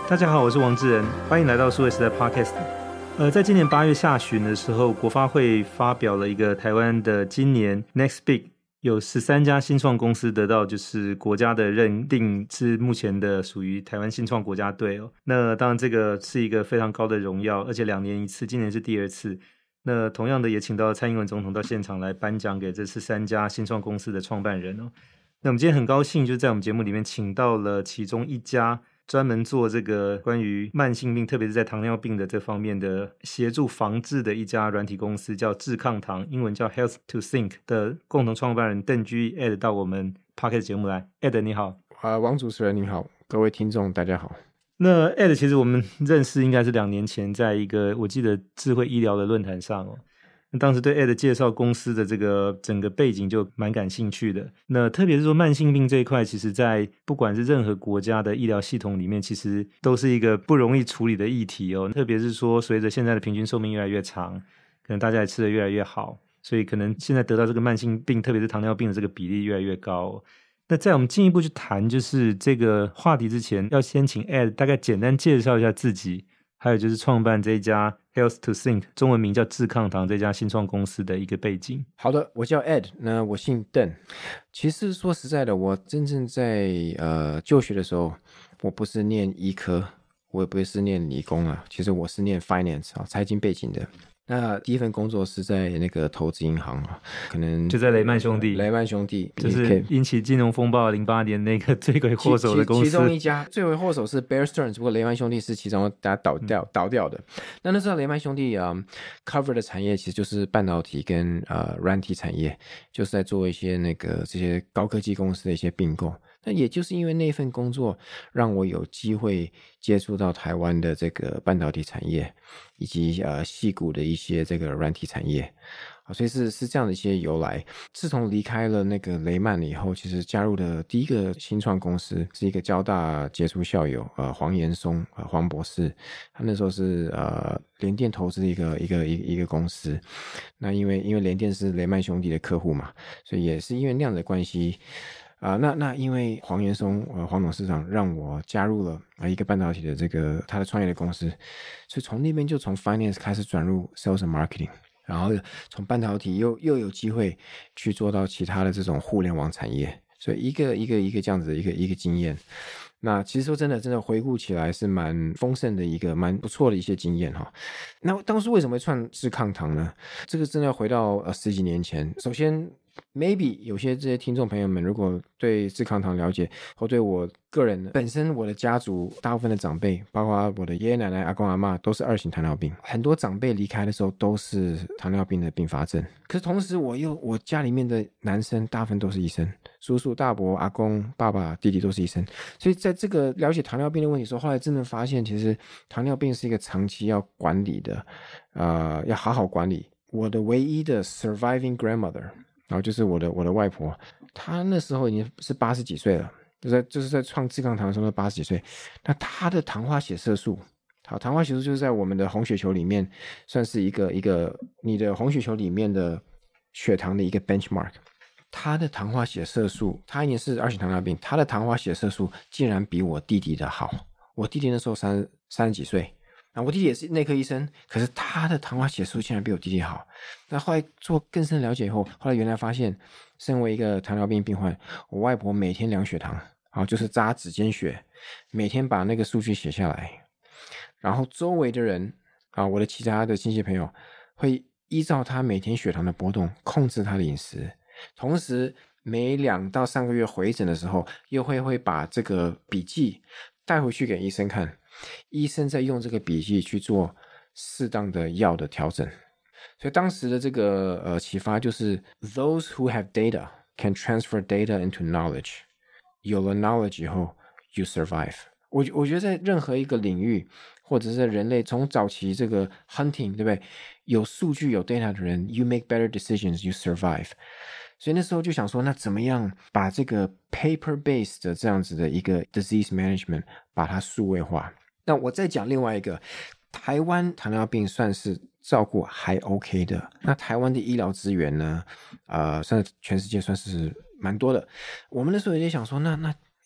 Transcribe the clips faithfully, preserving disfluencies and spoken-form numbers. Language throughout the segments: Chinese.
大家好，我是王志仁，欢迎来到数位时代 Podcast。呃，在今年八月下旬的时候，国发会发表了一个台湾的今年 Next Big， 有十三家新创公司得到就是国家的认定，是目前的属于台湾新创国家队哦。那当然这个是一个非常高的荣耀，而且两年一次，今年是第二次。那同样的也请到蔡英文总统到现场来颁奖给这十三家新创公司的创办人哦。那我们今天很高兴，就在我们节目里面请到了其中一家专门做这个关于慢性病，特别是在糖尿病的这方面的协助防治的一家软体公司，叫致抗糖，英文叫 Health to Think 的共同创办人邓居 Ed 到我们 Podcast 节目来。 Ed 你好。 呃，王主持人你好，各位听众大家好。 那 Ed 其实我们认识应该是两年前在一个我记得智慧医疗的论坛上哦，当时对 Ed 介绍公司的这个整个背景就蛮感兴趣的。那特别是说慢性病这一块，其实在不管是任何国家的医疗系统里面，其实都是一个不容易处理的议题哦。特别是说随着现在的平均寿命越来越长，可能大家也吃得越来越好，所以可能现在得到这个慢性病特别是糖尿病的这个比例越来越高哦。那在我们进一步去谈就是这个话题之前，要先请 Ed 大概简单介绍一下自己，还有就是创办这一家 Health to Think 中文名叫致抗糖这家新创公司的一个背景。 好的，我叫 Ed， 那我姓邓。其实说实在的，我真正在呃就学的时候，我不是念医科，我也不是念理工啊，其实我是念 finance 啊，财经背景的。那第一份工作是在那个投资银行啊，可能就在雷曼兄弟。 雷曼兄弟就是引起金融风暴零八年那个罪魁祸首的公司。 其, 其, 其中一家罪魁祸首是 Bear Stearns， 不过雷曼兄弟是其中大家倒掉、嗯、倒掉的。那那时候雷曼兄弟啊、um, cover 的产业其实就是半导体跟呃软体产业，就是在做一些那个这些高科技公司的一些并购。那也就是因为那份工作，让我有机会接触到台湾的这个半导体产业，以及呃矽谷的一些这个软体产业，所以是是这样的一些由来。自从离开了那个雷曼以后，其实加入的第一个新创公司是一个交大杰出校友呃黄延松呃黄博士，他那时候是呃联电投资的一个一个一个一个公司。那因为因为联电是雷曼兄弟的客户嘛，所以也是因为那样的关系。啊、呃，那那因为黄延松呃黄董事长让我加入了啊、呃、一个半导体的这个他的创业的公司，所以从那边就从 finance 开始转入 sales and marketing， 然后从半导体又又有机会去做到其他的这种互联网产业，所以一个一个一个这样子的一个一个经验。那其实说真的真的回顾起来是蛮丰盛的一个蛮不错的一些经验哈。那当初为什么会创致抗糖呢？这个真的要回到呃十几年前。首先maybe 有些这些听众朋友们如果对致抗糖了解，或对我个人本身我的家族大部分的长辈，包括我的爷爷奶奶阿公阿嬷都是二型糖尿病，很多长辈离开的时候都是糖尿病的并发症。可是同时我又我家里面的男生大部分都是医生，叔叔大伯阿公爸爸弟弟都是医生，所以在这个了解糖尿病的问题的时候，后来真的发现其实糖尿病是一个长期要管理的呃，要好好管理。我的唯一的 surviving grandmother，然后就是我的我的外婆，她那时候已经是八十几岁了，就在就是在创致抗糖的时候八十几岁。那她的糖化血色素，好，糖化血色素就是在我们的红血球里面算是一个一个你的红血球里面的血糖的一个 benchmark。她的糖化血色素，她已经是二型糖尿病，她的糖化血色素竟然比我弟弟的好。我弟弟那时候三三十几岁。啊，我弟弟也是内科医生，可是他的糖化血色素竟然比我弟弟好。那后来做更深的了解以后，后来原来发现，身为一个糖尿病病患，我外婆每天量血糖，啊，就是扎指尖血，每天把那个数据写下来，然后周围的人啊，我的其他的亲戚朋友会依照他每天血糖的波动控制他的饮食，同时每两到三个月回诊的时候，又会会把这个笔记带回去给医生看。医生在用这个笔记去做适当的药的调整，所以当时的这个呃启发就是 those who have data can transfer data into knowledge， 有了 knowledge 以后 you survive。 我我觉得在任何一个领域，或者是人类从早期这个 hunting 对不对，有数据有 data 的人 you make better decisions you survive。所以那时候就想说，那怎么样把这个 paper based 的这样子的一个 disease management 把它数位化。那我再讲另外一个，台湾糖尿病算是照顾还 OK 的。那台湾的医疗资源呢，呃，算是全世界算是蛮多的。我们那时候也在想说，那那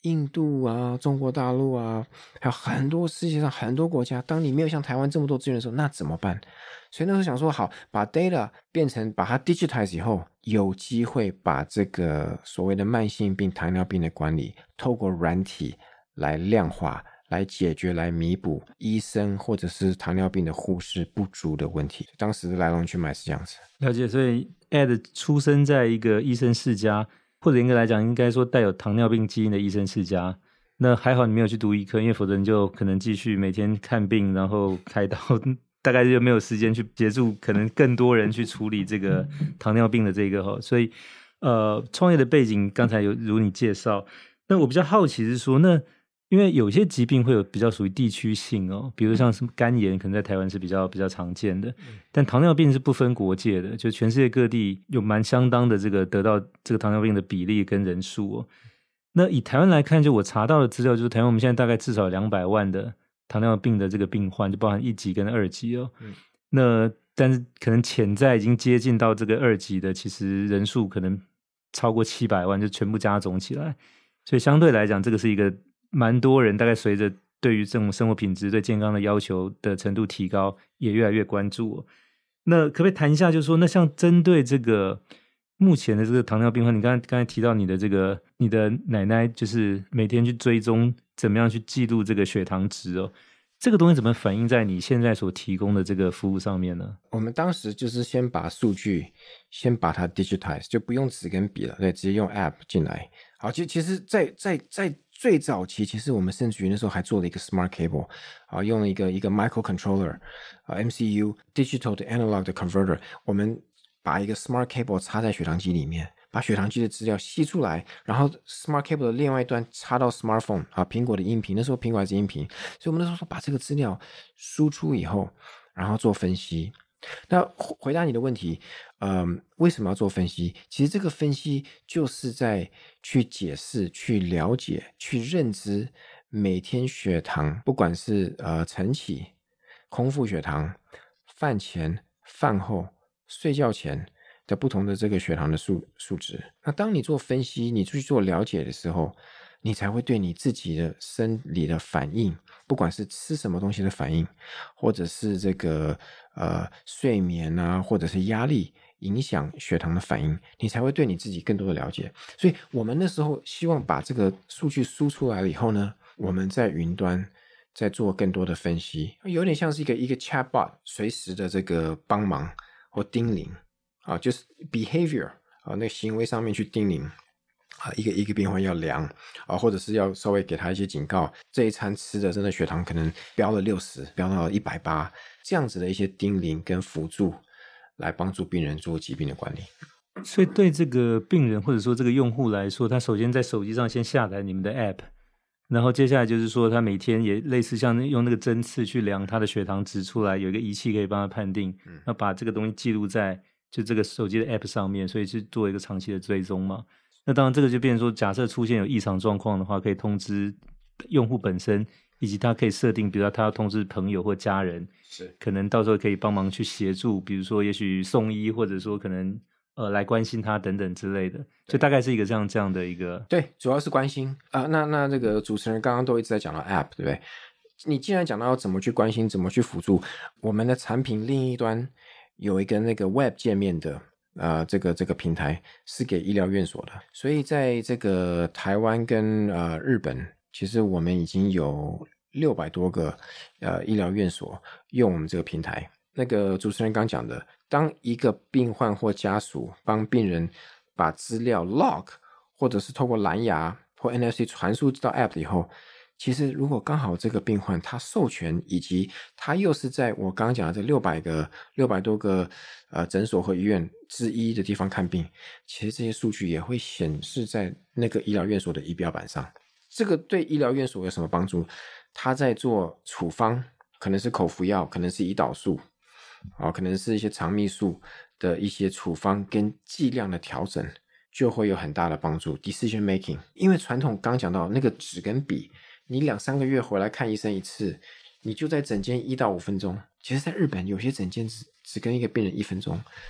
印度啊、中国大陆啊，还有很多世界上很多国家，当你没有像台湾这么多资源的时候，那怎么办？所以那时候想说，好，把 data 变成把它 digitize 以后，有机会把这个所谓的慢性病、糖尿病的管理，透过软体来量化。来解决、来弥补医生或者是糖尿病的护士不足的问题。当时的来龙去脉是这样子。 了解，所以 Ed 出生在一个医生世家，或者应该来讲，应该说带有糖尿病基因的医生世家。那还好你没有去读医科，因为否则你就可能继续每天看病，然后开刀，大概就没有时间去协助可能更多人去处理这个糖尿病的这个。所以呃，创业的背景刚才有如你介绍。那我比较好奇是说，那因为有些疾病会有比较属于地区性哦，比如像什么肝炎，可能在台湾是比较比较常见的，但糖尿病是不分国界的，就全世界各地有蛮相当的这个得到这个糖尿病的比例跟人数哦。那以台湾来看，就我查到的资料，就是台湾我们现在大概至少两百万的糖尿病的这个病患，就包含一级跟二级哦。嗯、那但是可能潜在已经接近到这个二级的，其实人数可能超过七百万，就全部加总起来，所以相对来讲，这个是一个。蛮多人大概随着对于这种生活品质、对健康的要求的程度提高，也越来越关注哦。那可不可以谈一下，就是说，那像针对这个目前的这个糖尿病患，你刚才刚才提到你的这个你的奶奶，就是每天去追踪怎么样去记录这个血糖值哦，这个东西怎么反映在你现在所提供的这个服务上面呢？ 我们当时就是先把数据先把它 digitize， 就不用纸跟笔了，对，直接用 app 进来。好，其其实在在在最早期，其实我们甚至于那时候还做了一个 smart cable， 啊，用了一个一个 microcontroller， 啊 M C U digital 的 analog 的 converter， 我们把一个 smart cable 插在血糖机里面，把血糖机的资料吸出来，然后 smart cable 的另外一端插到 smartphone， 啊，苹果的音频，那时候苹果还是音频，所以我们那时候说把这个资料输出以后，然后做分析。那回答你的问题，嗯，为什么要做分析？其实这个分析就是在去解释、去了解、去认知每天血糖，不管是呃晨起、空腹血糖、饭前、饭后、睡觉前的不同的这个血糖的数数值。那当你做分析，你去做了解的时候，你才会对你自己的生理的反应，不管是吃什么东西的反应，或者是这个呃睡眠啊，或者是压力影响血糖的反应，你才会对你自己更多的了解。所以我们那时候希望把这个数据输出来了以后呢，我们在云端再做更多的分析，有点像是一个一个 chatbot 随时的这个帮忙或叮咛啊，就是 behavior 啊，那行为上面去叮咛。啊，一个一个病患要量啊，或者是要稍微给他一些警告，这一餐吃的真的血糖可能飙了六十，飙到一百八，这样子的一些叮咛跟辅助，来帮助病人做疾病的管理。 所以对这个病人或者说这个用户来说，他首先在手机上先下载你们的 app， 然后接下来就是说他每天也类似像用那个针刺去量他的血糖值出来，有一个仪器可以帮他判定，嗯、那把这个东西记录在就这个手机的 app 上面，所以是做一个长期的追踪嘛。那当然这个就变成说，假设出现有异常状况的话，可以通知用户本身，以及他可以设定，比如说他要通知朋友或家人， 是可能到时候可以帮忙去协助，比如说也许送医，或者说可能呃来关心他等等之类的，就大概是一个这样这样的一个。 对，主要是关心啊、呃。那那这个主持人刚刚都一直在讲到 app， 对不对？你既然讲到要怎么去关心，怎么去辅助，我们的产品另一端有一个那个 web 界面的。呃，这个这个平台是给医疗院所的，所以在这个台湾跟呃日本，其实我们已经有六百多个呃医疗院所用我们这个平台。那个主持人刚讲的，当一个病患或家属帮病人把资料 log， 或者是透过蓝牙或 N F C 传输到 app 以后，其实如果刚好这个病患他授权，以及他又是在我刚刚讲的这六百个六百多个呃诊所和医院之一的地方看病，其实这些数据也会显示在那个医疗院所的仪表板上。这个对医疗院所有什么帮助？他在做处方，可能是口服药，可能是胰岛素，啊，可能是一些肠泌素的一些处方跟剂量的调整，就会有很大的帮助 decision making。 因为传统刚讲到那个纸跟笔，你两三个月回来看医生一次，你就在诊间一到五分钟。其实在日本有些诊间只只跟一个病人一分钟，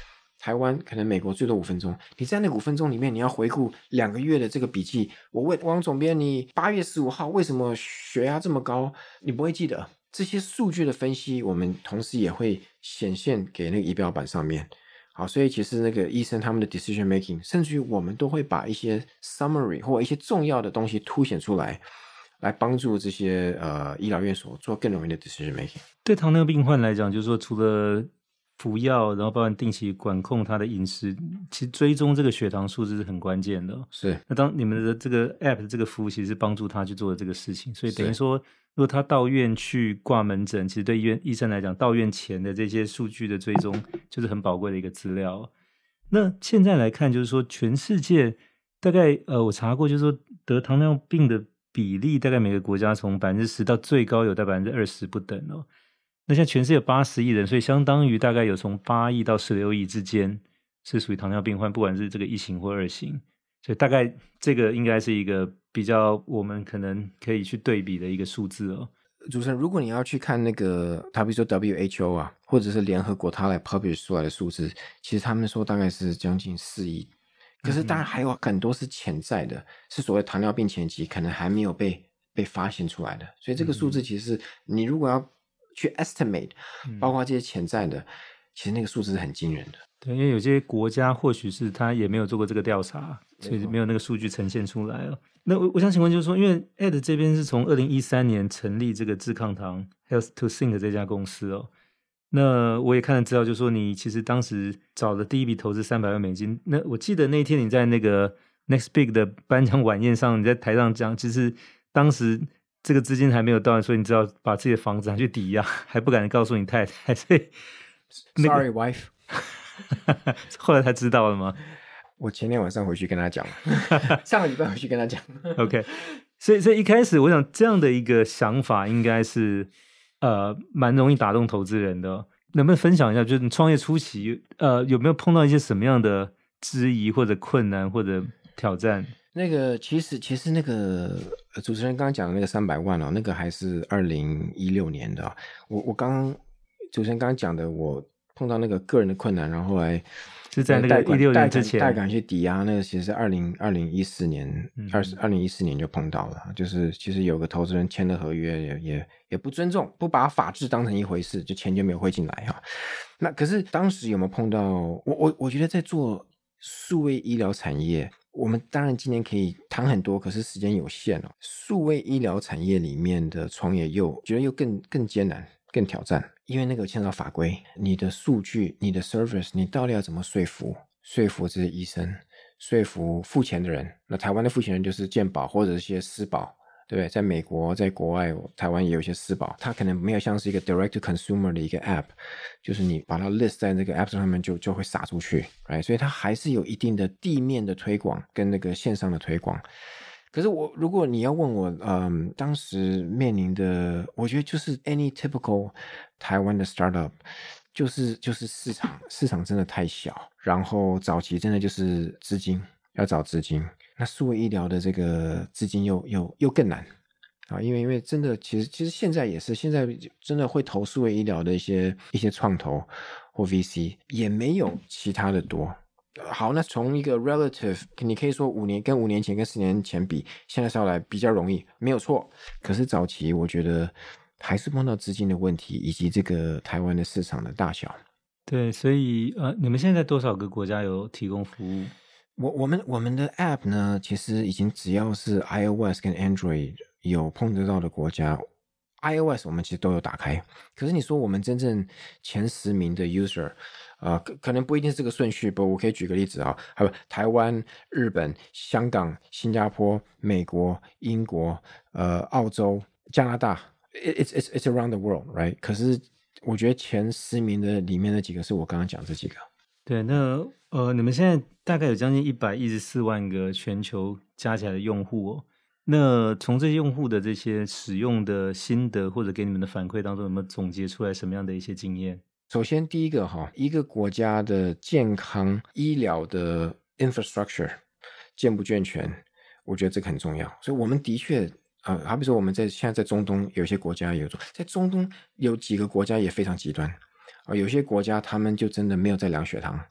台湾可能美国最多五分钟，你在那五分钟里面你要回顾两个月的这个笔记，我问汪总编你八月十五号为什么血压这么高，你不会记得。这些数据的分析我们同时也会显现给那个仪表板上面。好，所以其实那个医生他们的 decision making， 甚至于我们都会把一些 summary 或一些重要的东西凸显出来，来帮助这些呃医疗院所做更容易的 decision making。 对糖尿病患来讲，就是说除了服药，然后包含定期管控他的饮食，其实追踪这个血糖数字是很关键的。 是， 那当你们的这个 app 的这个服务其实是帮助他去做的这个事情，所以等于说如果他到院去挂门诊，其实对医院医生来讲，到院前的这些数据的追踪就是很宝贵的一个资料。那现在来看，就是说全世界大概呃，我查过，就是说得糖尿病的比例大概每个国家从百分之十到最高有在百分之二十不等哦。那现在全世界有八十亿人，所以相当于大概有从八亿到十六亿之间是属于糖尿病患，不管是这个一型或二型，所以大概这个应该是一个比较我们可能可以去对比的一个数字哦。 主持人，如果你要去看那个他比如说 W H O 啊，或者是联合国他来 publish 出来的数字，其实他们说大概是将近四亿，可是当然还有很多是潜在的，是所谓糖尿病前期可能还没有被被发现出来的，所以这个数字其实你如果要去 estimate 包括这些潜在的、嗯、其实那个数字是很惊人的。 对，因为有些国家或许是他也没有做过这个调查，所以没有那个数据呈现出来了。那我我想请问就是说，因为 E D 这边是从二零一三年成立这个致抗糖 Health to Think 这家公司哦，那我也看了资料，就是说你其实当时找的第一笔投资三百万美金，那我记得那天你在那个 Next Big 的颁奖晚宴上，你在台上讲，其实当时这个资金还没有到，所以你知道把自己的房子拿去抵押，还不敢告诉你太太，所以、那個、 Sorry wife 后来才知道了吗？ 我前天晚上回去跟他讲了上个礼拜回去跟他讲 OK， 所以所以一开始我想这样的一个想法应该是呃蛮容易打动投资人的。能不能分享一下，就是你创业初期呃有没有碰到一些什么样的质疑或者困难或者挑战？ 那个其实其实那个主持人刚刚讲的那个三百万哦，那个还是二零一六年的、哦、我我刚刚主持人刚刚讲的，我碰到那个个人的困难，然后来是在那个一六年之前贷款去抵押，那个其实是二零二零一四年二二零一四年就碰到了，就是其实有个投资人签的合约也也也不尊重，不把法治当成一回事，就钱就没有汇进来哈、啊。那可是当时有没有碰到？我我我觉得在做数位医疗产业，我们当然今年可以谈很多，可是时间有限哦。数位医疗产业里面的创业又觉得又更更艰难、更挑战，因为那个牵扯到法规，你的数据、你的 service， 你到底要怎么说服？说服这些医生，说服付钱的人。那台湾的付钱人就是健保或者一些私保，对不对？在美国，在国外，台湾也有一些私保，它可能没有像是一个 direct to consumer 的一个 app， 就是你把它 list 在那个 app 上面就就会撒出去， right？ 所以它还是有一定的地面的推广跟那个线上的推广。可是我如果你要问我嗯，当时面临的，我觉得就是 any typical 台湾的 startup， 就是就是市场市场真的太小，然后早期真的就是资金，要找资金，那数位医疗的这个资金又又又更难啊，因为因为真的其实其实现在也是，现在真的会投数位医疗的一些一些创投或 V C 也没有其他的多。好，那从一个 relative， 你可以说五年跟五年前跟十年前比，现在稍来比较容易，没有错。可是早期我觉得还是碰到资金的问题，以及这个台湾的市场的大小。 对，所以呃，你们现在多少个国家有提供服务？ 我我们我们的 app 呢，其实已经只要是 iOS 跟 Android 有碰得到的国家。iOS 我们其实都有打开，可是你说我们真正前十名的 user， 呃，可可能不一定是这个顺序，不，我可以举个例子啊，还有台湾、日本、香港、新加坡、美国、英国、呃、澳洲、加拿大 ，it's it's it's around the world， right？ 可是我觉得前十名的里面的几个是我刚刚讲这几个。 对，那呃，你们现在大概有将近一百一十四万个全球加起来的用户哦。那从这些用户的这些使用的心得或者给你们的反馈当中，有没有总结出来什么样的一些经验？ 首先第一个哈，一个国家的健康医疗的 infrastructure 健不健全，我觉得这个很重要。所以我们的确呃，好比说我们在现在在中东有些国家也有做，在中东有几个国家也非常极端啊、呃，有些国家他们就真的没有在量血糖啊、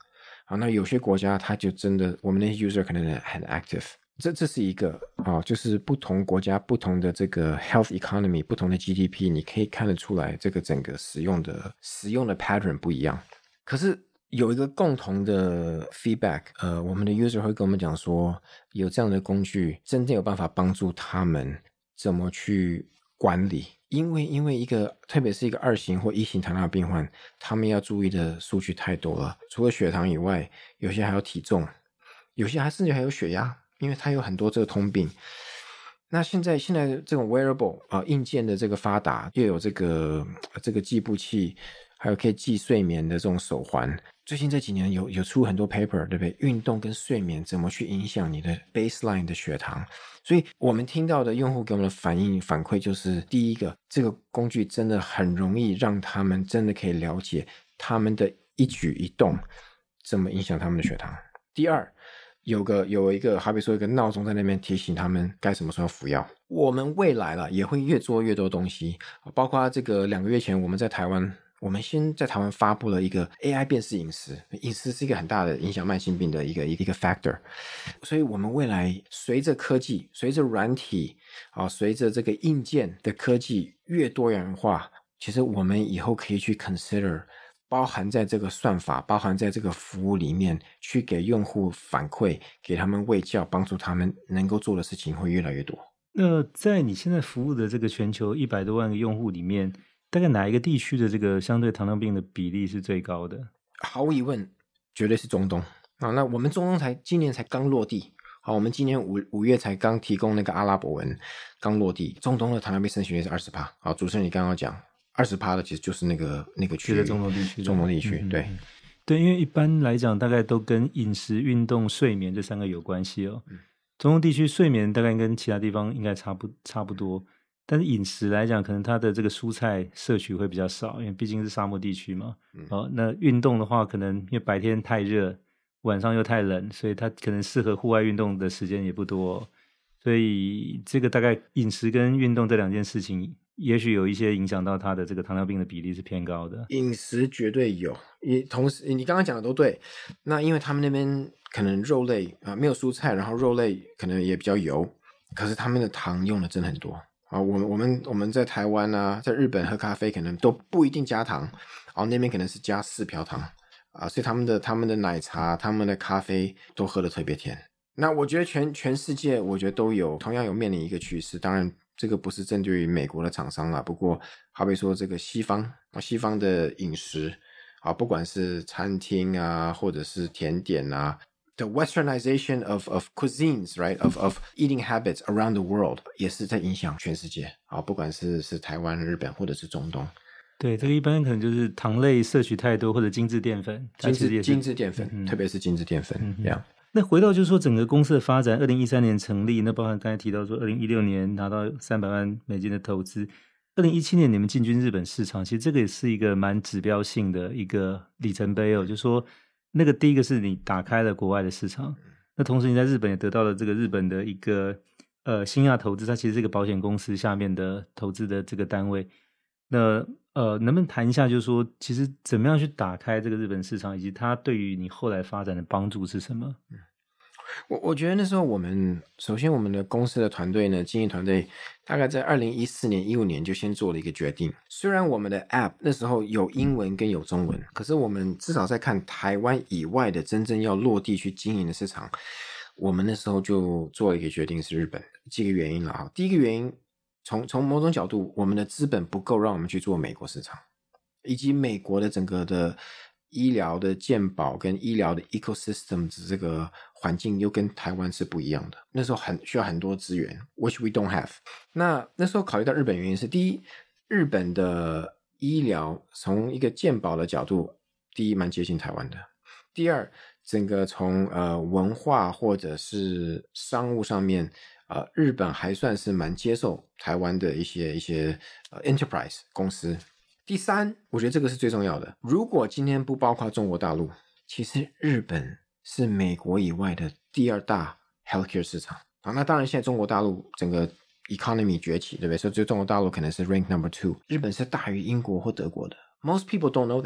好，那有些国家它就真的，我们那些 user 可能很 active， 这这是一个啊、哦，就是不同国家不同的这个 health economy， 不同的 G D P， 你可以看得出来这个整个使用的使用的 pattern 不一样。可是有一个共同的 feedback， 呃，我们的 user 会跟我们讲说，有这样的工具，真正有办法帮助他们怎么去管理。因为因为一个特别是一个二型或一型糖尿病患，他们要注意的数据太多了，除了血糖以外，有些还有体重，有些还甚至还有血压，因为它有很多这个通病。那现在现在这种 wearable 啊、呃、硬件的这个发达，又有这个这个计步器，还有可以记睡眠的这种手环。最近这几年有有出很多 paper， 对不对？运动跟睡眠怎么去影响你的 baseline 的血糖？所以我们听到的用户给我们的反应反馈就是，第一个，这个工具真的很容易让他们真的可以了解他们的一举一动怎么影响他们的血糖。第二，有个有一个好比说一个闹钟在那边提醒他们该什么时候服药。我们未来了也会越做越多东西，包括这个两个月前我们在台湾。我们先在台湾发布了一个 A I 辨识饮食，饮食是一个很大的影响慢性病的一个一个 factor， 所以我们未来随着科技，随着软体啊，随着这个硬件的科技越多元化，其实我们以后可以去 consider 包含在这个算法，包含在这个服务里面，去给用户反馈，给他们卫教，帮助他们能够做的事情会越来越多。 那在你现在服务的这个全球一百多万个用户里面，大概哪一个地区的这个相对糖尿病的比例是最高的？ 毫无疑问，绝对是中东啊！那我们中东才今年才刚落地，好，我们今年五五月才刚提供那个阿拉伯文刚落地，中东的糖尿病盛行率是二十趴。好，主持人你刚刚讲二十趴的，其实就是那个那个区域， 中东地区， 中东地区，嗯、对、嗯、 对，因为一般来讲，大概都跟饮食、运动、睡眠这三个有关系哦。嗯、中东地区睡眠大概跟其他地方应该差不差不多。但是饮食来讲，可能它的这个蔬菜摄取会比较少，因为毕竟是沙漠地区嘛。嗯、哦，那运动的话，可能因为白天太热，晚上又太冷，所以它可能适合户外运动的时间也不多。所以这个大概饮食跟运动这两件事情，也许有一些影响到它的这个糖尿病的比例是偏高的。 饮食绝对有，也同时你刚刚讲的都对。那因为他们那边可能肉类啊、呃、没有蔬菜，然后肉类可能也比较油，可是他们的糖用的真的很多。啊，我们我们我们在台湾啊，在日本喝咖啡可能都不一定加糖，然后那边可能是加四瓢糖啊，所以他们的他们的奶茶、他们的咖啡都喝得特别甜。那我觉得全全世界，我觉得都有同样有面临一个趋势，当然这个不是针对于美国的厂商啦，不过好比说这个西方啊，西方的饮食啊，不管是餐厅啊，或者是甜点啊。The westernization of of cuisines, right? Of of eating habits around the world 也是在影响全世界啊，不管是是台湾、日本或者是中东。 对，这个一般可能就是糖类摄取太多或者精致淀粉， 精致精致淀粉、嗯，特别是精致淀粉。 嗯、 这样。 那回到就是说整个公司的发展，二零一三年成立，那包含刚才提到说二零一六年拿到三百万美金的投资，二零一七年你们进军日本市场，其实这个也是一个蛮指标性的一个里程碑哦，就是说。那个第一个是你打开了国外的市场，那同时你在日本也得到了这个日本的一个呃新亚投资，它其实是一个保险公司下面的投资的这个单位。那呃，能不能谈一下，就是说其实怎么样去打开这个日本市场，以及它对于你后来发展的帮助是什么？嗯我我觉得那时候我们首先我们的公司的团队呢，经营团队大概在二零一四年、一五年就先做了一个决定。虽然我们的 App 那时候有英文跟有中文，可是我们至少在看台湾以外的真正要落地去经营的市场，我们那时候就做了一个决定是日本。几个原因了哈。第一个原因，从从某种角度，我们的资本不够让我们去做美国市场，以及美国的整个的医疗的健保跟医疗的 ecosystem 这个环境又跟台湾是不一样的，那时候很需要很多资源 which we don't have。 那那时候考虑到日本原因是，第一，日本的医疗从一个健保的角度，第一蛮接近台湾的，第二，整个从呃文化或者是商务上面，呃日本还算是蛮接受台湾的一些一些呃 enterprise 公司。第三，我觉得这个是最重要的，如果今天不包括中国大陆，其实日本是美国以外的第二大 healthcare 市场。好，那当然现在中国大陆整个 economy 崛起，对不对？所以中国大陆可能是 rank number two， 日本是大于英国或德国的。 Most people don't know that。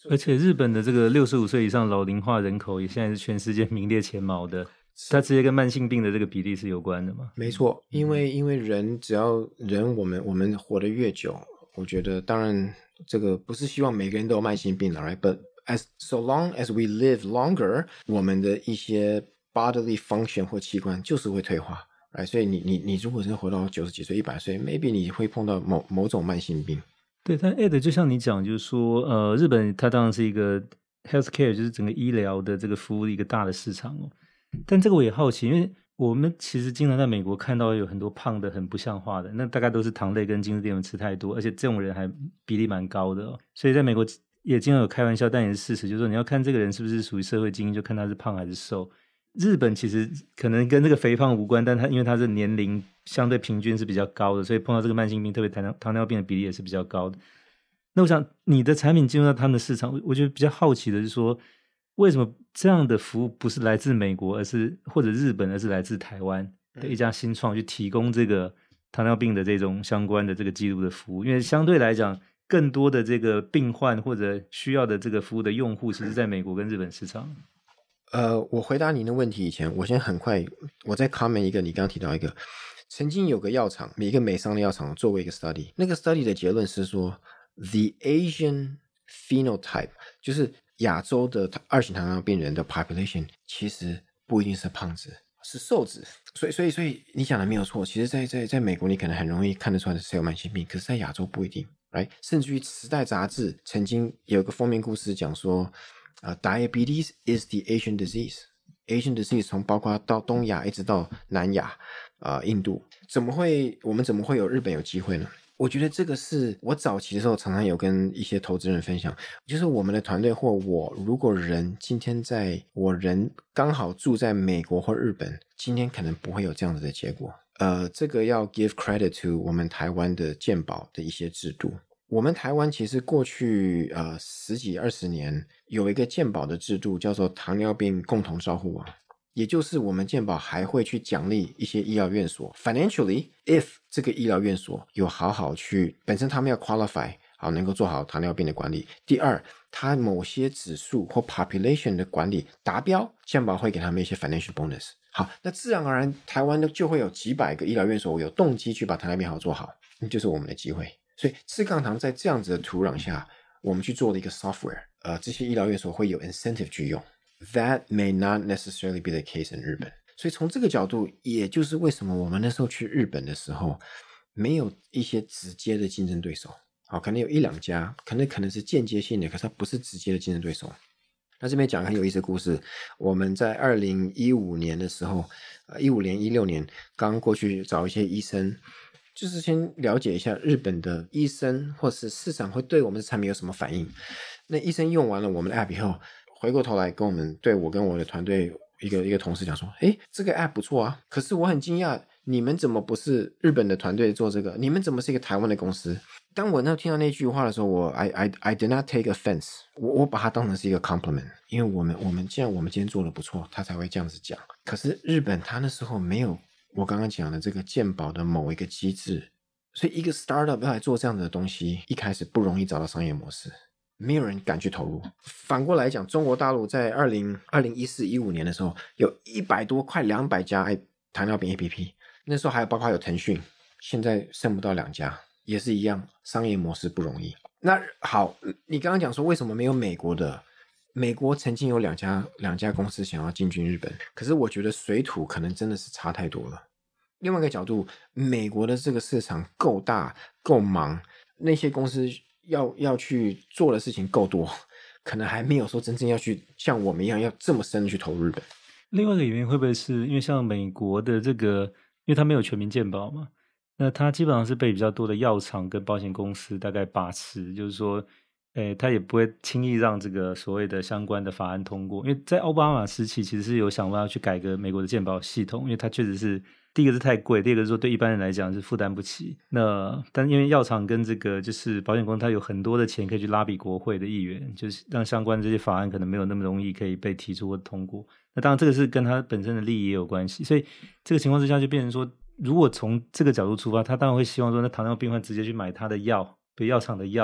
而且日本的这个六十五岁以上老龄化人口也现在是全世界名列前茅的，它直接跟慢性病的这个比例是有关的嘛？ 没错，因为因为人只要人我们我们活得越久，我觉得当然这个不是希望每个人都有慢性病了 right? But as so long as we live longer， 我们的一些 bodily function 或器官就是会退化。Right? 所以你你你如果真的活到九十几岁、一百岁 ，maybe 你会碰到某某种慢性病。 对，但 Ed 就像你讲，就是说，呃，日本它当然是一个 healthcare， 就是整个医疗的这个服务的一个大的市场哦。但这个我也好奇，因为我们其实经常在美国看到有很多胖的很不像话的，那大概都是糖类跟精致淀粉吃太多，而且这种人还比例蛮高的哦。所以在美国也经常有开玩笑，但也是事实，就是说你要看这个人是不是属于社会精英，就看他是胖还是瘦。日本其实可能跟这个肥胖无关，但他因为他的年龄相对平均是比较高的，所以碰到这个慢性病，特别糖尿糖尿病的比例也是比较高的。那我想你的产品进入到他们的市场，我觉得比较好奇的是说，为什么这样的服务不是来自美国，而是或者日本，而是来自台湾的一家新创去提供这个糖尿病的这种相关的这个记录的服务？因为相对来讲，更多的这个病患或者需要的这个服务的用户，其实在美国跟日本市场。 呃，我回答您的问题以前，我先很快，我再 comment 一个，你刚刚提到一个，曾经有个药厂，一个美商的药厂做过一个 study， 那个 study 的结论是说 ，the Asian phenotype， 就是亚洲的二型糖尿病人的 population， 其实不一定是胖子，是瘦子。所以，所以，所以你讲的没有错，其实在在在美国，你可能很容易看得出来谁有慢性病，可是在亚洲不一定。Right? 甚至于《时代》杂志曾经有个封面故事讲说。Uh, diabetes is the Asian disease. Asian disease 从包括到东亚一直到南亚、呃、印度，怎么会我们怎么会有日本有机会呢？我觉得这个是我早期的时候常常有跟一些投资人分享，就是我们的团队或我，如果人今天在我人刚好住在美国或日本，今天可能不会有这样子的结果。呃，这个要 give credit to 我们台湾的健保的一些制度。我们台湾其实过去呃十几二十年有一个健保的制度叫做糖尿病共同照护网，也就是我们健保还会去奖励一些医疗院所 financially if 这个医疗院所有好好去本身他们要 qualify 好能够做好糖尿病的管理。第二，它某些指数或 population 的管理达标，健保会给他们一些 financial bonus。好，那自然而然台湾呢就会有几百个医疗院所有动机去把糖尿病好做好，那就是我们的机会。所以赤杠糖在这样子的土壤下，我们去做了一个 software， 呃，这些医疗院所会有 incentive 去用。That may not necessarily be the case in 日本。所以从这个角度，也就是为什么我们那时候去日本的时候，没有一些直接的竞争对手。好，可能有一两家，可能可能是间接性的，可是它不是直接的竞争对手。那这边讲很有意思的故事，我们在二零一五年的时候，呃，一五年、一六年刚过去找一些医生。就是先了解一下日本的医生或是市场会对我们的产品有什么反应。那医生用完了我们的 app 以后，回过头来跟我们对我跟我的团队一个一个同事讲说，诶，这个 app 不错啊，可是我很惊讶，你们怎么不是日本的团队做这个？你们怎么是一个台湾的公司？当我那听到那句话的时候，我 I I I did not take offense， 我我把它当成是一个 compliment， 因为我们我们既然我们今天做的不错，他才会这样子讲。可是日本他那时候没有我刚刚讲的这个健保的某一个机制，所以一个 startup 要来做这样的东西，一开始不容易找到商业模式，没有人敢去投入。反过来讲，中国大陆在二零一四一五年的时候，有一百多快两百家糖尿病 A P P， 那时候还有包括有腾讯，现在剩不到两家，也是一样，商业模式不容易。那好，你刚刚讲说为什么没有美国的？美国曾经有两家两家公司想要进军日本，可是我觉得水土可能真的是差太多了。另外一个角度，美国的这个市场够大够忙，那些公司要要去做的事情够多，可能还没有说真正要去像我们一样要这么深的去投入日本。 另外一个原因会不会是因为像美国的这个，因为它没有全民健保嘛，那它基本上是被比较多的药厂跟保险公司大概把持，就是说诶，他也不会轻易让这个所谓的相关的法案通过，因为在奥巴马时期其实是有想办法去改革美国的健保系统，因为它确实是第一个是太贵，第二个是说对一般人来讲是负担不起。那但因为药厂跟这个就是保险公司，它有很多的钱可以去拉比国会的议员，就是让相关的这些法案可能没有那么容易可以被提出或通过。那当然这个是跟他本身的利益也有关系，所以这个情况之下就变成说，如果从这个角度出发，他当然会希望说，那糖尿病患直接去买他的药，对药厂的药。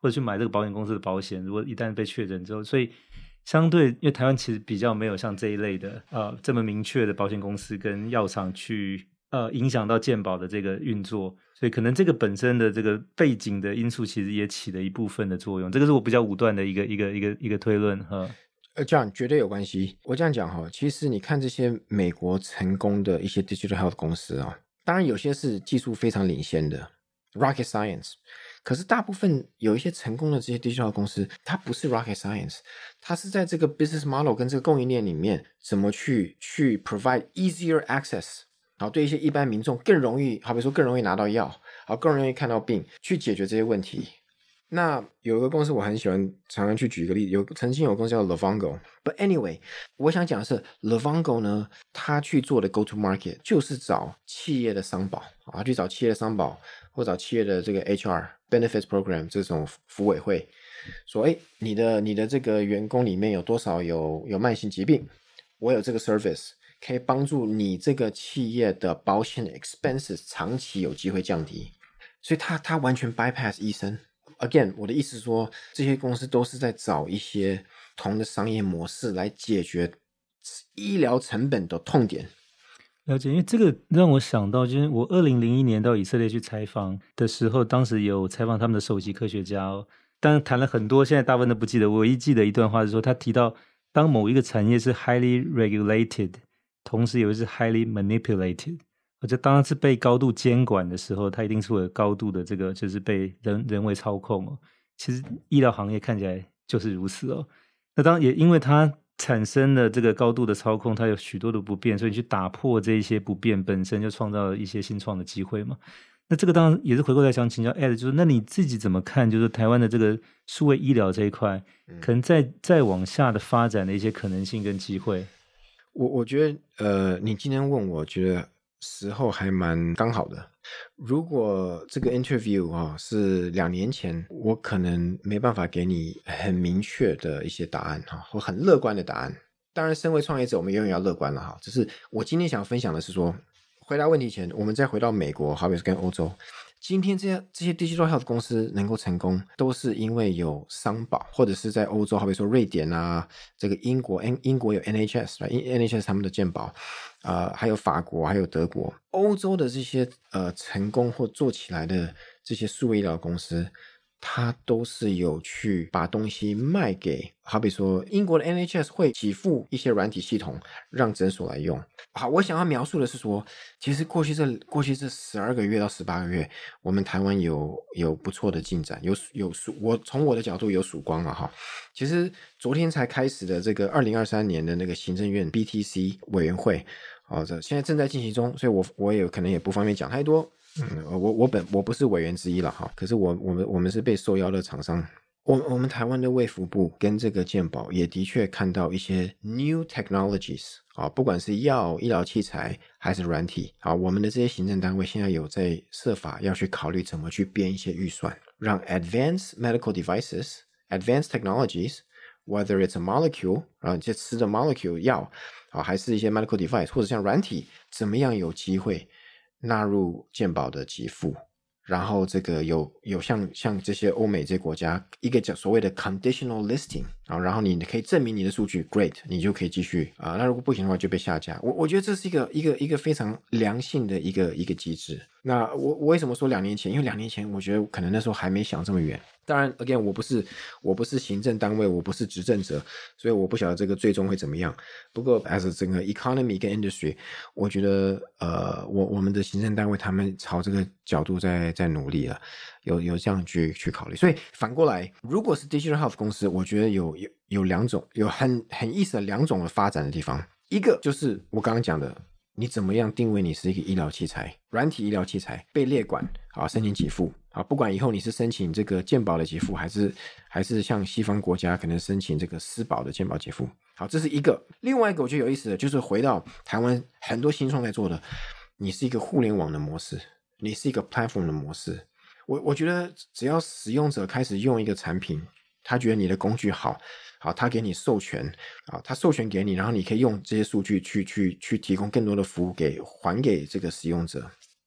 或者去买这个保险公司的保险，如果一旦被确诊之后，所以相对因为台湾其实比较没有像这一类的呃这么明确的保险公司跟药厂去呃影响到健保的这个运作，所以可能这个本身的这个背景的因素其实也起了一部分的作用，这个是我比较武断的一个一个一个一个推论哈。 呃，这样绝对有关系。我这样讲哈，其实你看这些美国成功的一些 digital health 公司啊，当然有些是技术非常领先的 rocket science， 可是大部分有一些成功的这些 digital health 公司，它不是 rocket science， 它是在这个 business model 跟这个供应链里面怎么去去 provide easier access， 好，对一些一般民众更容易，好比说更容易拿到药，好，更容易看到病，去解决这些问题。那有一个公司我很喜欢，常常去举一个例子，有曾经有个公司叫 Livongo，but anyway， 我想讲的是 Livongo 呢，他去做的 go to market 就是找企业的商保啊，去找企业的商保或找企业的这个 H R benefits program 这种福委会，说，哎，你的你的这个员工里面有多少有有慢性疾病，我有这个 service 可以帮助你这个企业的保险 expenses 长期有机会降低，所以他他完全 bypass 医生。Again， 我的意思是说，这些公司都是在找一些同的商业模式来解决医疗成本的痛点。 了解，因为这个让我想到，就是我二零零一年到以色列去采访的时候，当时有采访他们的首席科学家哦，当然谈了很多，现在大部分都不记得。我唯一记得一段话是说，他提到当某一个产业是 highly regulated， 同时也是 highly manipulated。我觉得当然是被高度监管的时候，它一定是会有高度的这个就是被人人为操控哦。其实医疗行业看起来就是如此哦。那当然也因为它产生了这个高度的操控，它有许多的不便，所以你去打破这一些不便本身就创造了一些新创的机会嘛。那这个当然也是回过来想请教 Ed， 就是那你自己怎么看就是台湾的这个数位医疗这一块可能再再往下的发展的一些可能性跟机会？ 我我觉得呃，你今天问我觉得时候还蛮刚好的。如果这个 interview 啊是两年前，我可能没办法给你很明确的一些答案哈，或很乐观的答案。当然，身为创业者，我们永远要乐观了哈。只是我今天想分享的是说，回答问题前，我们再回到美国，好比是跟欧洲。今天这些这些 digital health 公司能够成功，都是因为有商保，或者是在欧洲，好比说瑞典啊，这个英国，英国有 N H S，N H S 他们的健保，呃，还有法国，还有德国，欧洲的这些呃成功或做起来的这些数位医疗公司，它都是有去把东西卖给，好比说英国的 N H S 会给付一些软体系统让诊所来用。好，我想要描述的是说，其实过去这过去这十二个月到十八个月，我们台湾有有不错的进展，有有我从我的角度有曙光了哈。其实昨天才开始的这个二零二三年的那个行政院 B T C 委员会，哦，这现在正在进行中，所以我我也可能也不方便讲太多。嗯，我我本我不是委员之一了哈，可是我我们我们是被受邀的厂商。我我们台湾的卫福部跟这个健保也的确看到一些 new technologies 啊，不管是药、医疗器材还是软体啊，我们的这些行政单位现在有在设法要去考虑怎么去编一些预算，让 advanced medical devices、advanced technologies，whether it's a molecule， 然后这吃的 molecule 药啊，还是一些 medical device， 或者像软体，怎么样有机会纳入健保的给付。然后这个有有像像这些欧美这些国家一个叫所谓的 conditional listing， 然后然后你可以证明你的数据 great， 你就可以继续啊、呃，那如果不行的话就被下架。我我觉得这是一个一个一个非常良性的一个一个机制。那我我为什么说两年前？因为两年前我觉得可能那时候还没想这么远。当然 again 我不是我不是行政单位，我不是执政者，所以我不晓得这个最终会怎么样。不过 as 整个 economy 跟 industry， 我觉得呃我我们的行政单位他们朝这个角度在在努力了，有有这样去去考虑。所以反过来，如果是 digital health 公司，我觉得有有有两种，有很很意思的两种的发展的地方。一个就是我刚刚讲的，你怎么样定位你是一个医疗器材，软体医疗器材被列管啊，申请给付啊，不管以后你是申请这个健保的给付，还是还是像西方国家可能申请这个私保的健保给付。好，这是一个。另外一个我觉得有意思的就是回到台湾很多新创在做的，你是一个互联网的模式，你是一个 platform 的模式。我我觉得只要使用者开始用一个产品，他觉得你的工具好，好，他给你授权啊，他授权给你，然后你可以用这些数据去去去提供更多的服务给还给这个使用者。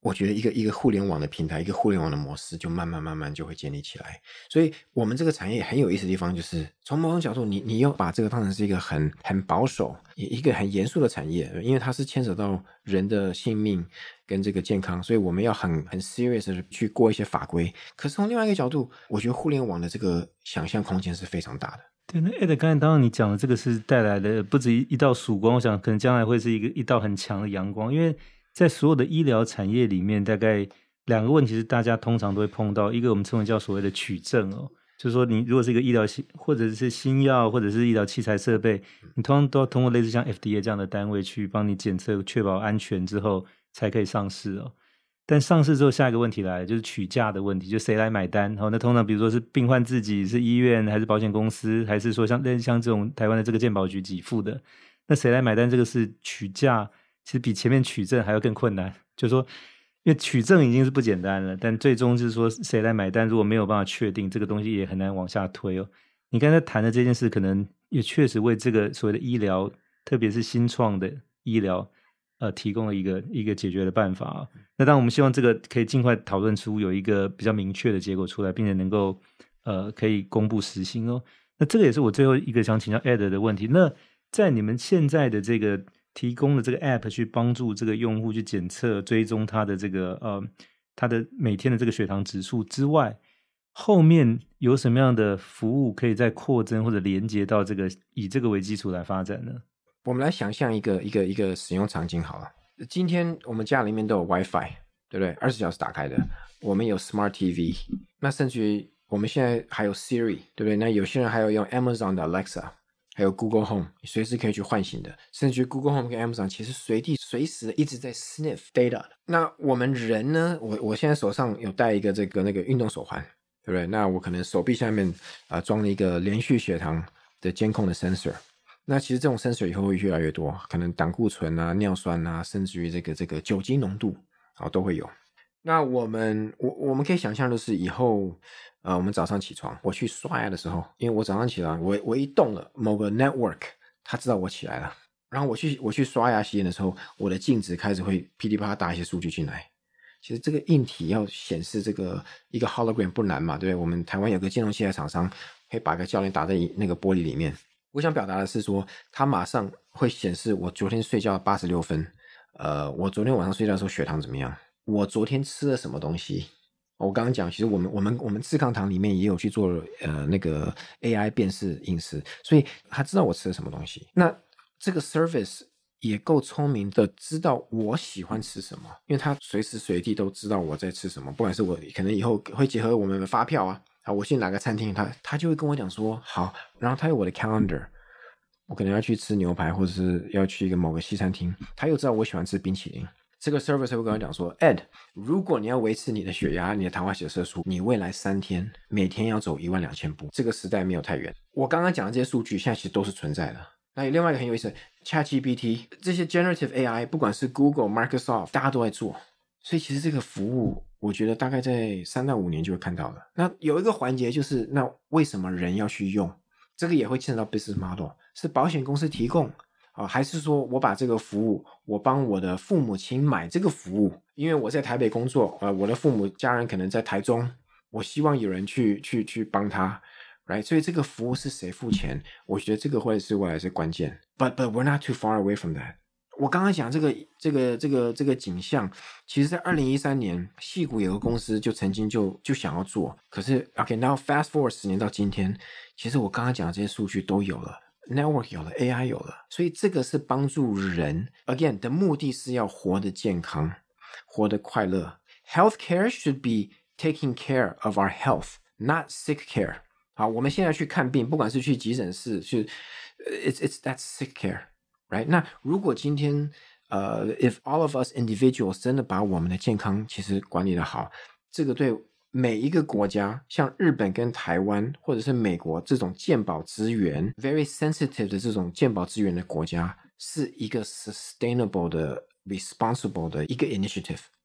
我觉得一个一个互联网的平台，一个互联网的模式就慢慢慢慢就会建立起来。所以我们这个产业很有意思的地方就是从某种角度你你要把这个当成是一个很很保守一个很严肃的产业，因为它是牵扯到人的性命跟这个健康，所以我们要很很 serious 的去过一些法规。可是从另外一个角度，我觉得互联网的这个想象空间是非常大的。 对，那 Ed 刚才当然你讲的这个是带来的不止一一道曙光，我想可能将来会是一个一道很强的阳光，因为在所有的医疗产业里面，大概两个问题是大家通常都会碰到，一个我们称为叫所谓的取证哦，就是说你如果是一个医疗或者是新药或者是医疗器材设备，你通常都要通过类似像 F D A 这样的单位去帮你检测确保安全之后才可以上市哦。但上市之后下一个问题来了，就是取价的问题，就谁来买单、哦、那通常比如说是病患自己，是医院还是保险公司，还是说像类似像这种台湾的这个健保局给付的，那谁来买单这个是取价其实比前面取证还要更困难，就是说因为取证已经是不简单了，但最终是说谁来买单如果没有办法确定，这个东西也很难往下推哦。你刚才谈的这件事可能也确实为这个所谓的医疗特别是新创的医疗呃，提供了一个一个解决的办法、啊、那当然我们希望这个可以尽快讨论出有一个比较明确的结果出来，并且能够呃可以公布实行哦。那这个也是我最后一个想请教 Ed 的问题，那在你们现在的这个提供的这个 App 去帮助这个用户去检测追踪他的这个呃他的每天的这个血糖指数之外，后面有什么样的服务可以再扩增或者连接到这个以这个为基础来发展呢？ 我们来想象一个一个一个使用场景好了。今天我们家里面都有 WiFi， 对不对？二十四小时打开的。我们有 Smart T V， 那甚至于我们现在还有 Siri， 对不对？那有些人还有用 Amazon 的 Alexa， 还有 Google Home， 你随时可以去唤醒的。甚至于 Google Home 跟 Amazon 其实随地随时一直在 sniff data。那我们人呢？我我现在手上有戴一个这个那个运动手环，对不对？那我可能手臂下面啊、呃、装了一个连续血糖的监控的 sensor。那其实这种 sensor 以后会越来越多，可能胆固醇啊、尿酸啊，甚至于这个这个酒精浓度啊都会有。那我们我我们可以想象的是，以后呃我们早上起床，我去刷牙的时候，因为我早上起来，我我一动了某个 network， 它知道我起来了，然后我去我去刷牙洗脸的时候，我的镜子开始会噼里啪啦打一些数据进来。其实这个硬体要显示这个一个 hologram 不难嘛，对不对？我们台湾有个金融器材厂商，可以把个教练打在那个玻璃里面。我想表达的是说，它马上会显示我昨天睡觉八十六分，呃，我昨天晚上睡觉的时候血糖怎么样？我昨天吃了什么东西？我刚刚讲，其实我们我们我们智康堂里面也有去做呃那个 A I 辨识饮食，所以他知道我吃了什么东西。那这个 service 也够聪明的，知道我喜欢吃什么，因为他随时随地都知道我在吃什么，不管是我可能以后会结合我们的发票啊。好，我去哪个餐厅，他他就会跟我讲说好，然后他有我的 calendar， 我可能要去吃牛排，或者是要去一个某个西餐厅，他又知道我喜欢吃冰淇淋。这个 service 会跟我讲说 Ed， 如果你要维持你的血压、你的糖化血色素，你未来三天每天要走一万两千步。这个时代没有太远。我刚刚讲的这些数据，现在其实都是存在的。那有另外一个很有意思的 ChatGPT， 这些 generative A I， 不管是 Google、Microsoft， 大家都在做。所以其实这个服务我觉得大概在三到五年就会看到了。那有一个环节就是那为什么人要去用，这个也会牵扯到 business model， 是保险公司提供、啊、还是说我把这个服务我帮我的父母亲买这个服务，因为我在台北工作、呃、我的父母家人可能在台中，我希望有人去去去帮他 right？ 所以这个服务是谁付钱，我觉得这个会是未来是关键。 but, but we're not too far away from that。我刚刚讲这个这个这个这个景象，其实在二零一三年矽谷有个公司就曾经就就想要做，可是 OK now fast forward 十年到今天，其实我刚刚讲的这些数据都有了， network 有了， A I 有了，所以这个是帮助人 again 的目的是要活得健康，活得快乐。 Healthcare should be taking care of our health, not sick care。 好，我们现在去看病，不管是去急诊室去 it's, it's that's sick care。Right? 那如果今天呃 if all of us individuals 真的把我们的健康其实管理得好，这个对每一个国家，像日本跟台湾或者是美国这种健保资源 very sensitive 的这种健保资源的国家，是一个 sustainable 的 responsible 的一个 initiative。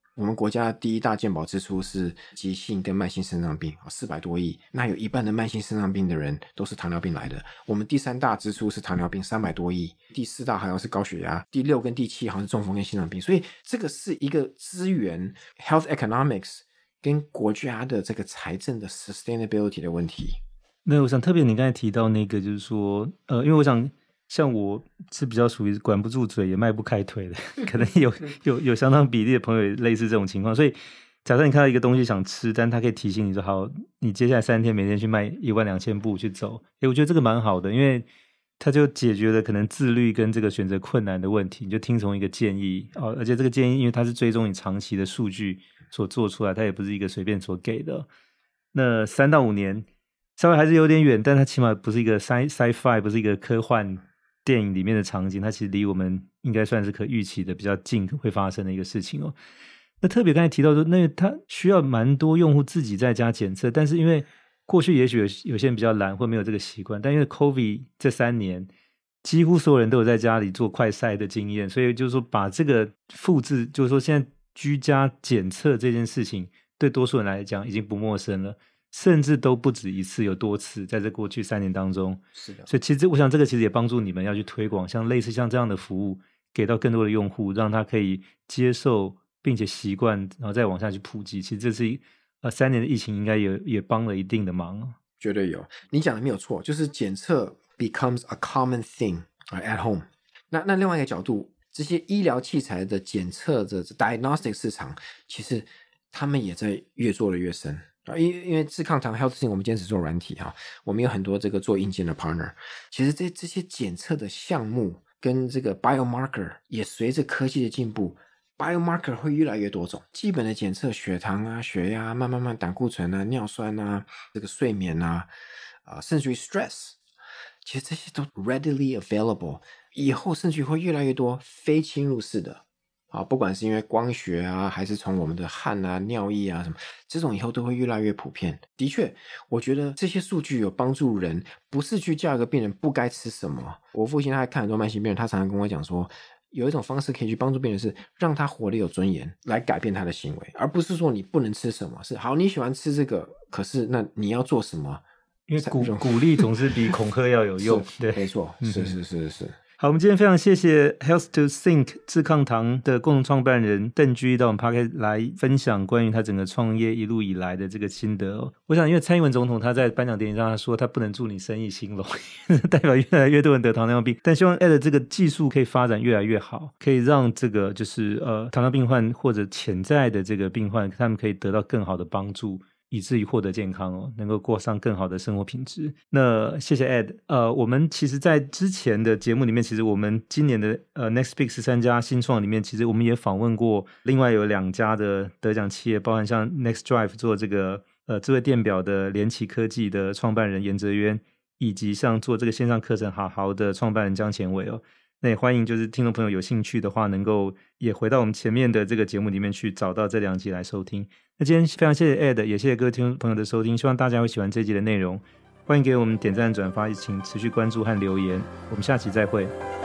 我们国家第一大健保支出是急性跟慢性肾脏病，四百多亿，那有一半的慢性肾脏病的人都是糖尿病来的。我们第三大支出是糖尿病，三百多亿，第四大好像是高血压，第六跟第七好像是中风跟心脏病。所以这个是一个资源 health economics 跟国家的这个财政的 sustainability 的问题。 那我想特别你刚才提到那个就是说呃，因为我想像我是比较属于管不住嘴也迈不开腿的，可能有有有相当比例的朋友也类似这种情况，所以假设你看到一个东西想吃，但他可以提醒你说好，你接下来三天每天去迈一万两千步去走，诶我觉得这个蛮好的，因为它就解决了可能自律跟这个选择困难的问题，你就听从一个建议、哦、而且这个建议因为它是追踪你长期的数据所做出来，它也不是一个随便所给的。那三到五年稍微还是有点远，但它起码不是一个 sci sci-fi 不是一个科幻电影里面的场景，它其实离我们应该算是可预期的比较近会发生的一个事情哦。那特别刚才提到说，那它需要蛮多用户自己在家检测，但是因为过去也许 有, 有些人比较懒或没有这个习惯，但因为 COVID 这三年几乎所有人都有在家里做快筛的经验，所以就是说把这个复制，就是说现在居家检测这件事情对多数人来讲已经不陌生了，甚至都不止一次，有多次在这过去三年当中。 是的， 所以其实我想这个其实也帮助你们要去推广像类似像这样的服务给到更多的用户，让他可以接受并且习惯，然后再往下去普及。其实这是呃三年的疫情应该也也帮了一定的忙。 绝对有，你讲的没有错，就是检测 becomes a common thing at home。 那那另外一个角度，这些医疗器材的检测的 diagnostic 市场其实他们也在越做的越深。因因为智抗堂 HealthSync 我们坚持做软体哈，我们有很多这个做硬件的 partner， 其实这这些检测的项目跟这个 biomarker 也随着科技的进步 biomarker 会越来越多种，基本的检测血糖啊、血压、慢慢慢胆固醇啊、尿酸啊、这个睡眠啊、呃、甚至于 stress， 其实这些都 readily available， 以后甚至会越来越多非侵入式的啊，不管是因为光学啊，还是从我们的汗啊、尿液啊什么，这种以后都会越来越普遍。的确，我觉得这些数据有帮助人，不是去叫一个病人不该吃什么。我父亲他还看很多慢性病人，他常常跟我讲说，有一种方式可以去帮助病人是让他活得有尊严，来改变他的行为，而不是说你不能吃什么，是好你喜欢吃这个，可是那你要做什么？ 因为鼓鼓励总是比恐吓要有用。对， 没错，是是是是。 好，我们今天非常谢谢 HealthSync 智抗堂的共同创办人邓居到我们 Podcast 来分享关于他整个创业一路以来的这个心得哦。我想因为蔡英文总统他在颁奖典礼上他说他不能祝你生意兴隆代表越来越多人得糖尿病，但希望 Ed 这个技术可以发展越来越好，可以让这个就是呃糖尿病患或者潜在的这个病患他们可以得到更好的帮助，以至于获得健康哦，能够过上更好的生活品质。那谢谢 Ed。呃，我们其实在之前的节目里面，其实我们今年的呃 Next Big 十三家新创里面，其实我们也访问过另外有两家的得奖企业，包含像 Next Drive 做这个呃智慧电表的联奇科技的创办人严哲渊，以及像做这个线上课程好好的创办人江前伟哦。那也欢迎就是听众朋友有兴趣的话，能够也回到我们前面的这个节目里面去找到这两集来收听。那今天非常谢谢 Ed， 也谢谢各位听众朋友的收听，希望大家会喜欢这集的内容，欢迎给我们点赞转发，请持续关注和留言，我们下期再会。